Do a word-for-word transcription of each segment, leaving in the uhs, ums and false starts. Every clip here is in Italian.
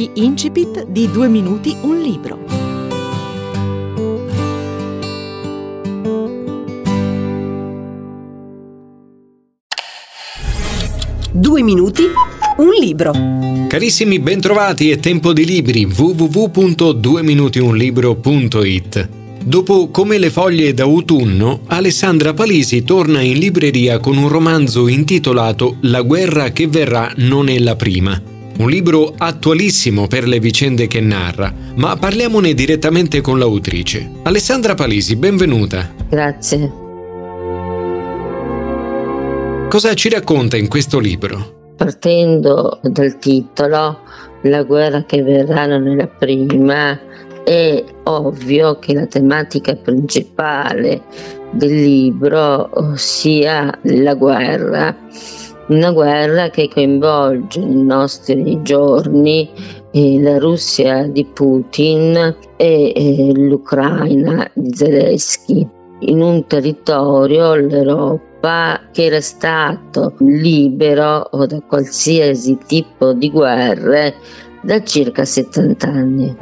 Gli incipit di Due minuti un libro. Due minuti, un libro. Carissimi, bentrovati, è tempo di libri. w w w punto due minuti un libro punto i t. Dopo Come le foglie d'autunno, Alessandra Palisi torna in libreria con un romanzo intitolato La guerra che verrà non è la prima. Un libro attualissimo per le vicende che narra, ma parliamone direttamente con l'autrice. Alessandra Palisi, benvenuta. Grazie. Cosa ci racconta in questo libro? Partendo dal titolo, La guerra che verrà non è la prima, è ovvio che la tematica principale del libro sia la guerra. Una guerra che coinvolge nei nostri giorni eh, la Russia di Putin e eh, l'Ucraina di Zelensky, in un territorio, l'Europa, che era stato libero da qualsiasi tipo di guerre da circa settanta anni.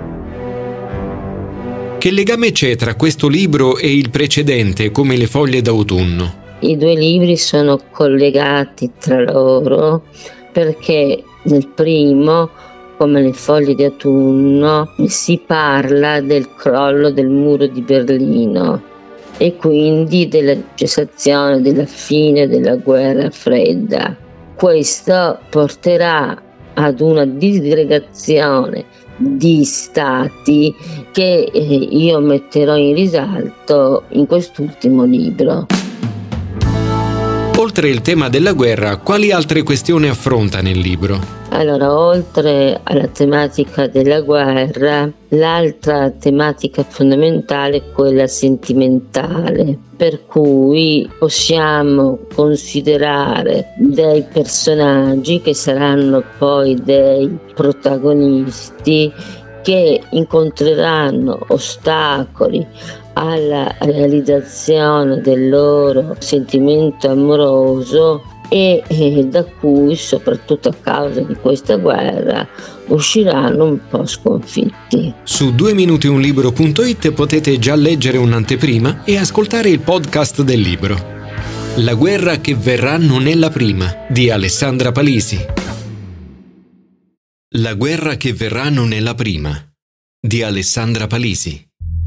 Che legame c'è tra questo libro e il precedente, Come le foglie d'autunno? I due libri sono collegati tra loro perché nel primo, Come le foglie di autunno, si parla del crollo del muro di Berlino e quindi della cessazione, della fine della guerra fredda. Questo porterà ad una disgregazione di stati che eh, io metterò in risalto in quest'ultimo libro. Oltre il tema della guerra, quali altre questioni affronta nel libro? Allora, oltre alla tematica della guerra, l'altra tematica fondamentale è quella sentimentale, per cui possiamo considerare dei personaggi che saranno poi dei protagonisti che incontreranno ostacoli alla realizzazione del loro sentimento amoroso e eh, da cui, soprattutto a causa di questa guerra, usciranno un po' sconfitti. Su due minuti un libro punto i t potete già leggere un'anteprima e ascoltare il podcast del libro. La guerra che verrà non è la prima, di Alessandra Palisi. La guerra che verrà non è la prima, di Alessandra Palisi.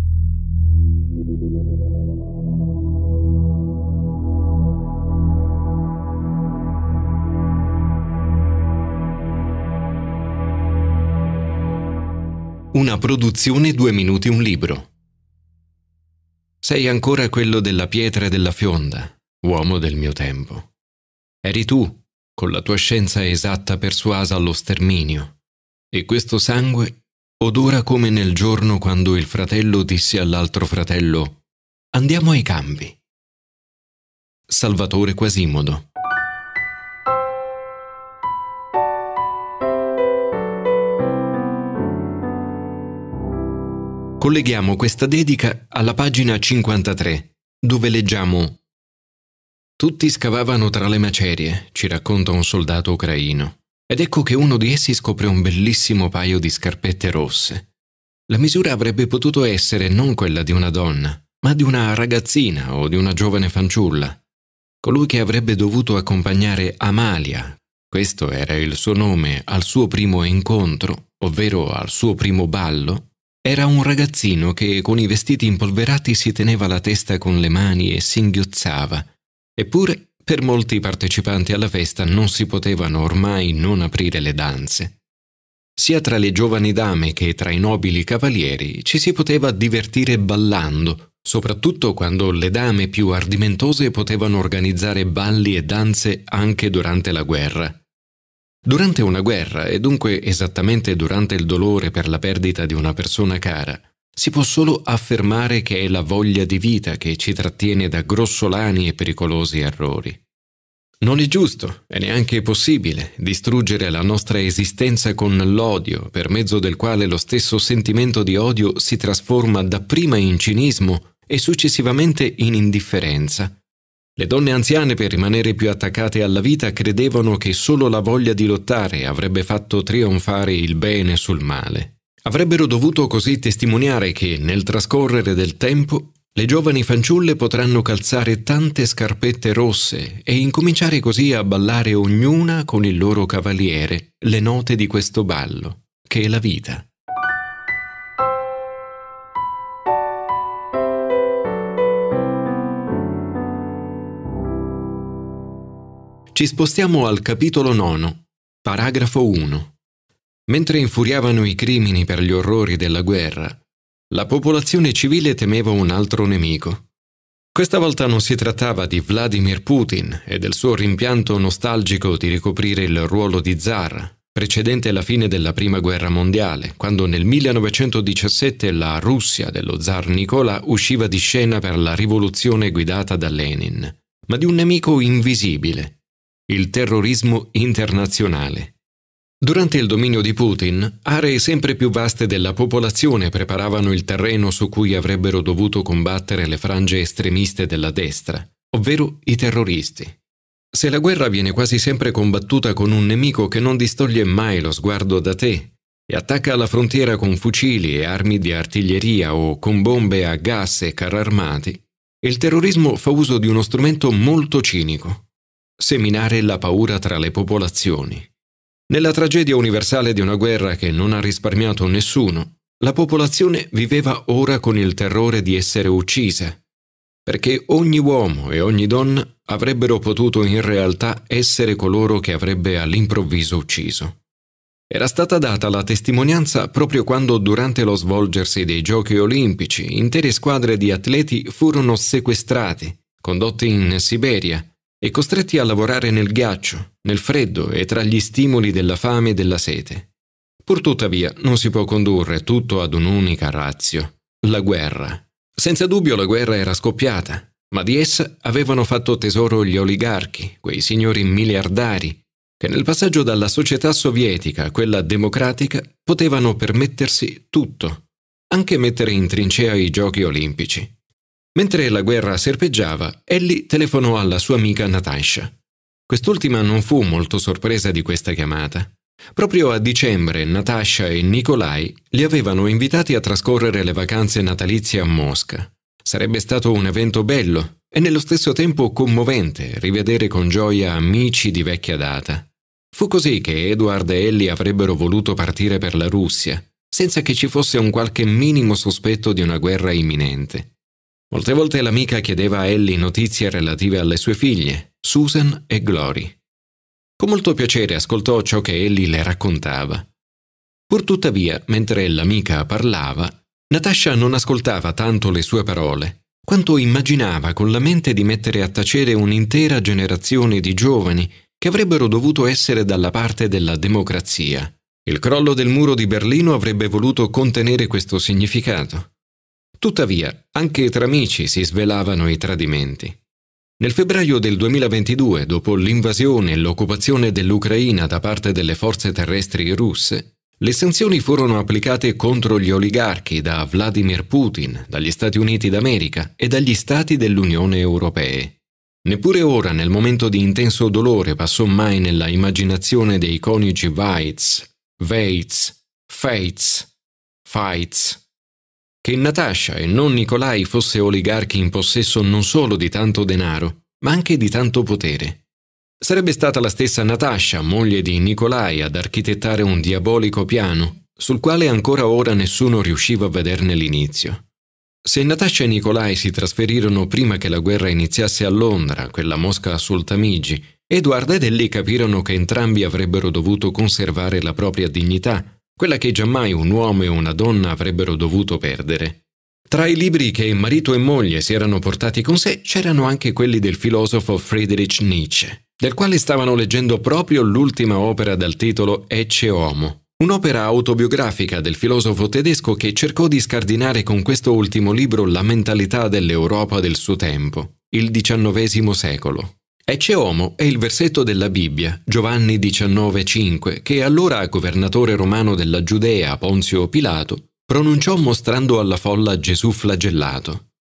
Una produzione Due minuti un libro. Sei ancora quello della pietra e della fionda, uomo del mio tempo. Eri tu, con la tua scienza esatta persuasa allo sterminio, e questo sangue odora come nel giorno quando il fratello disse all'altro fratello: andiamo ai campi. Salvatore Quasimodo. Colleghiamo questa dedica alla pagina cinquantatré, dove leggiamo: tutti scavavano tra le macerie, ci racconta un soldato ucraino, ed ecco che uno di essi scopre un bellissimo paio di scarpette rosse. La misura avrebbe potuto essere non quella di una donna, ma di una ragazzina o di una giovane fanciulla. Colui che avrebbe dovuto accompagnare Amalia, questo era il suo nome, al suo primo incontro, ovvero al suo primo ballo, era un ragazzino che con i vestiti impolverati si teneva la testa con le mani e singhiozzava. Eppure, per molti partecipanti alla festa non si potevano ormai non aprire le danze. Sia tra le giovani dame che tra i nobili cavalieri ci si poteva divertire ballando, soprattutto quando le dame più ardimentose potevano organizzare balli e danze anche durante la guerra. Durante una guerra, e dunque esattamente durante il dolore per la perdita di una persona cara, si può solo affermare che è la voglia di vita che ci trattiene da grossolani e pericolosi errori. Non è giusto, e neanche possibile, distruggere la nostra esistenza con l'odio, per mezzo del quale lo stesso sentimento di odio si trasforma dapprima in cinismo e successivamente in indifferenza. Le donne anziane, per rimanere più attaccate alla vita, credevano che solo la voglia di lottare avrebbe fatto trionfare il bene sul male. Avrebbero dovuto così testimoniare che, nel trascorrere del tempo, le giovani fanciulle potranno calzare tante scarpette rosse e incominciare così a ballare ognuna con il loro cavaliere le note di questo ballo, che è la vita. Ci spostiamo al capitolo nono, paragrafo uno. Mentre infuriavano i crimini per gli orrori della guerra, la popolazione civile temeva un altro nemico. Questa volta non si trattava di Vladimir Putin e del suo rimpianto nostalgico di ricoprire il ruolo di zar, precedente la fine della Prima Guerra Mondiale, quando nel millenovecentodiciassette la Russia dello zar Nicola usciva di scena per la rivoluzione guidata da Lenin, ma di un nemico invisibile, il terrorismo internazionale. Durante il dominio di Putin, aree sempre più vaste della popolazione preparavano il terreno su cui avrebbero dovuto combattere le frange estremiste della destra, ovvero i terroristi. Se la guerra viene quasi sempre combattuta con un nemico che non distoglie mai lo sguardo da te e attacca alla frontiera con fucili e armi di artiglieria o con bombe a gas e carri armati, il terrorismo fa uso di uno strumento molto cinico: seminare la paura tra le popolazioni. Nella tragedia universale di una guerra che non ha risparmiato nessuno, la popolazione viveva ora con il terrore di essere uccisa, perché ogni uomo e ogni donna avrebbero potuto in realtà essere coloro che avrebbe all'improvviso ucciso. Era stata data la testimonianza proprio quando, durante lo svolgersi dei Giochi Olimpici, intere squadre di atleti furono sequestrati, condotti in Siberia e costretti a lavorare nel ghiaccio, nel freddo e tra gli stimoli della fame e della sete. Purtuttavia, non si può condurre tutto ad un'unica ratio: la guerra. Senza dubbio la guerra era scoppiata, ma di essa avevano fatto tesoro gli oligarchi, quei signori miliardari, che nel passaggio dalla società sovietica a quella democratica potevano permettersi tutto, anche mettere in trincea i Giochi Olimpici. Mentre la guerra serpeggiava, Ellie telefonò alla sua amica Natasha. Quest'ultima non fu molto sorpresa di questa chiamata. Proprio a dicembre Natasha e Nikolai li avevano invitati a trascorrere le vacanze natalizie a Mosca. Sarebbe stato un evento bello e nello stesso tempo commovente rivedere con gioia amici di vecchia data. Fu così che Edward e Ellie avrebbero voluto partire per la Russia, senza che ci fosse un qualche minimo sospetto di una guerra imminente. Molte volte l'amica chiedeva a Ellie notizie relative alle sue figlie, Susan e Glory. Con molto piacere ascoltò ciò che Ellie le raccontava. Purtuttavia, mentre l'amica parlava, Natasha non ascoltava tanto le sue parole, quanto immaginava con la mente di mettere a tacere un'intera generazione di giovani che avrebbero dovuto essere dalla parte della democrazia. Il crollo del muro di Berlino avrebbe voluto contenere questo significato. Tuttavia, anche tra amici si svelavano i tradimenti. Nel febbraio del duemilaventidue, dopo l'invasione e l'occupazione dell'Ucraina da parte delle forze terrestri russe, le sanzioni furono applicate contro gli oligarchi da Vladimir Putin, dagli Stati Uniti d'America e dagli Stati dell'Unione Europea. Neppure ora, nel momento di intenso dolore, passò mai nella immaginazione dei coniugi Weitz, Weitz, Feitz, Feitz, che Natasha e non Nikolai fosse oligarchi in possesso non solo di tanto denaro, ma anche di tanto potere. Sarebbe stata la stessa Natasha, moglie di Nikolai, ad architettare un diabolico piano, sul quale ancora ora nessuno riusciva a vederne l'inizio. Se Natasha e Nikolai si trasferirono prima che la guerra iniziasse a Londra, quella Mosca sul Tamigi, Edward ed Ellie capirono che entrambi avrebbero dovuto conservare la propria dignità, quella che giammai un uomo e una donna avrebbero dovuto perdere. Tra i libri che marito e moglie si erano portati con sé c'erano anche quelli del filosofo Friedrich Nietzsche, del quale stavano leggendo proprio l'ultima opera dal titolo Ecce Homo, un'opera autobiografica del filosofo tedesco che cercò di scardinare con questo ultimo libro la mentalità dell'Europa del suo tempo, il diciannovesimo secolo. Ecce Homo è il versetto della Bibbia, Giovanni diciannove cinque, che allora governatore romano della Giudea, Ponzio Pilato, pronunciò mostrando alla folla Gesù flagellato.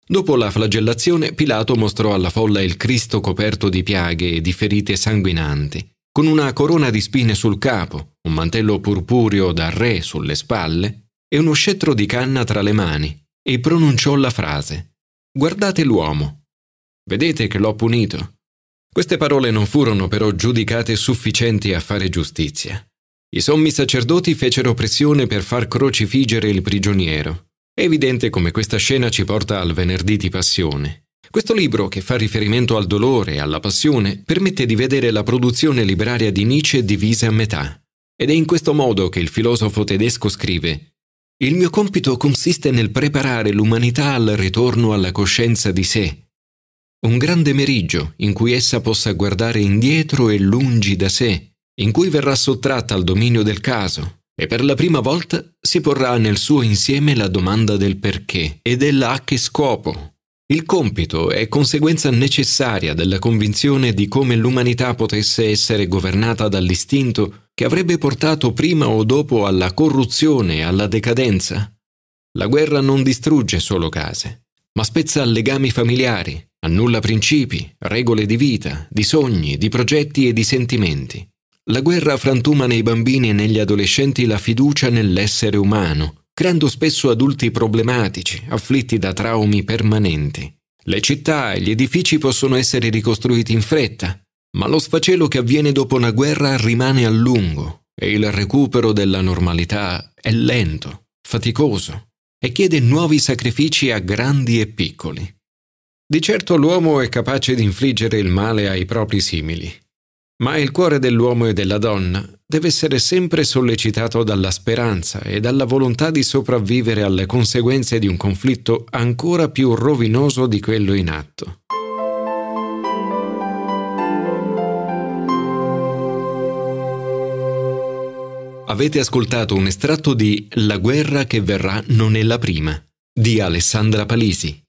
Dopo la flagellazione, Pilato mostrò alla folla il Cristo coperto di piaghe e di ferite sanguinanti, con una corona di spine sul capo, un mantello purpureo da re sulle spalle e uno scettro di canna tra le mani, e pronunciò la frase: «Guardate l'uomo. Vedete che l'ho punito». Queste parole non furono però giudicate sufficienti a fare giustizia. I sommi sacerdoti fecero pressione per far crocifiggere il prigioniero. È evidente come questa scena ci porta al venerdì di Passione. Questo libro, che fa riferimento al dolore e alla passione, permette di vedere la produzione letteraria di Nietzsche divisa a metà. Ed è in questo modo che il filosofo tedesco scrive: «Il mio compito consiste nel preparare l'umanità al ritorno alla coscienza di sé. Un grande meriggio in cui essa possa guardare indietro e lungi da sé, in cui verrà sottratta al dominio del caso e per la prima volta si porrà nel suo insieme la domanda del perché e della a che scopo. Il compito è conseguenza necessaria della convinzione di come l'umanità potesse essere governata dall'istinto che avrebbe portato prima o dopo alla corruzione e alla decadenza. La guerra non distrugge solo case, ma spezza legami familiari, annulla principi, regole di vita, di sogni, di progetti e di sentimenti. La guerra frantuma nei bambini e negli adolescenti la fiducia nell'essere umano, creando spesso adulti problematici, afflitti da traumi permanenti. Le città e gli edifici possono essere ricostruiti in fretta, ma lo sfacelo che avviene dopo una guerra rimane a lungo e il recupero della normalità è lento, faticoso e chiede nuovi sacrifici a grandi e piccoli. Di certo l'uomo è capace di infliggere il male ai propri simili, ma il cuore dell'uomo e della donna deve essere sempre sollecitato dalla speranza e dalla volontà di sopravvivere alle conseguenze di un conflitto ancora più rovinoso di quello in atto. Avete ascoltato un estratto di La guerra che verrà non è la prima, di Alessandra Palisi,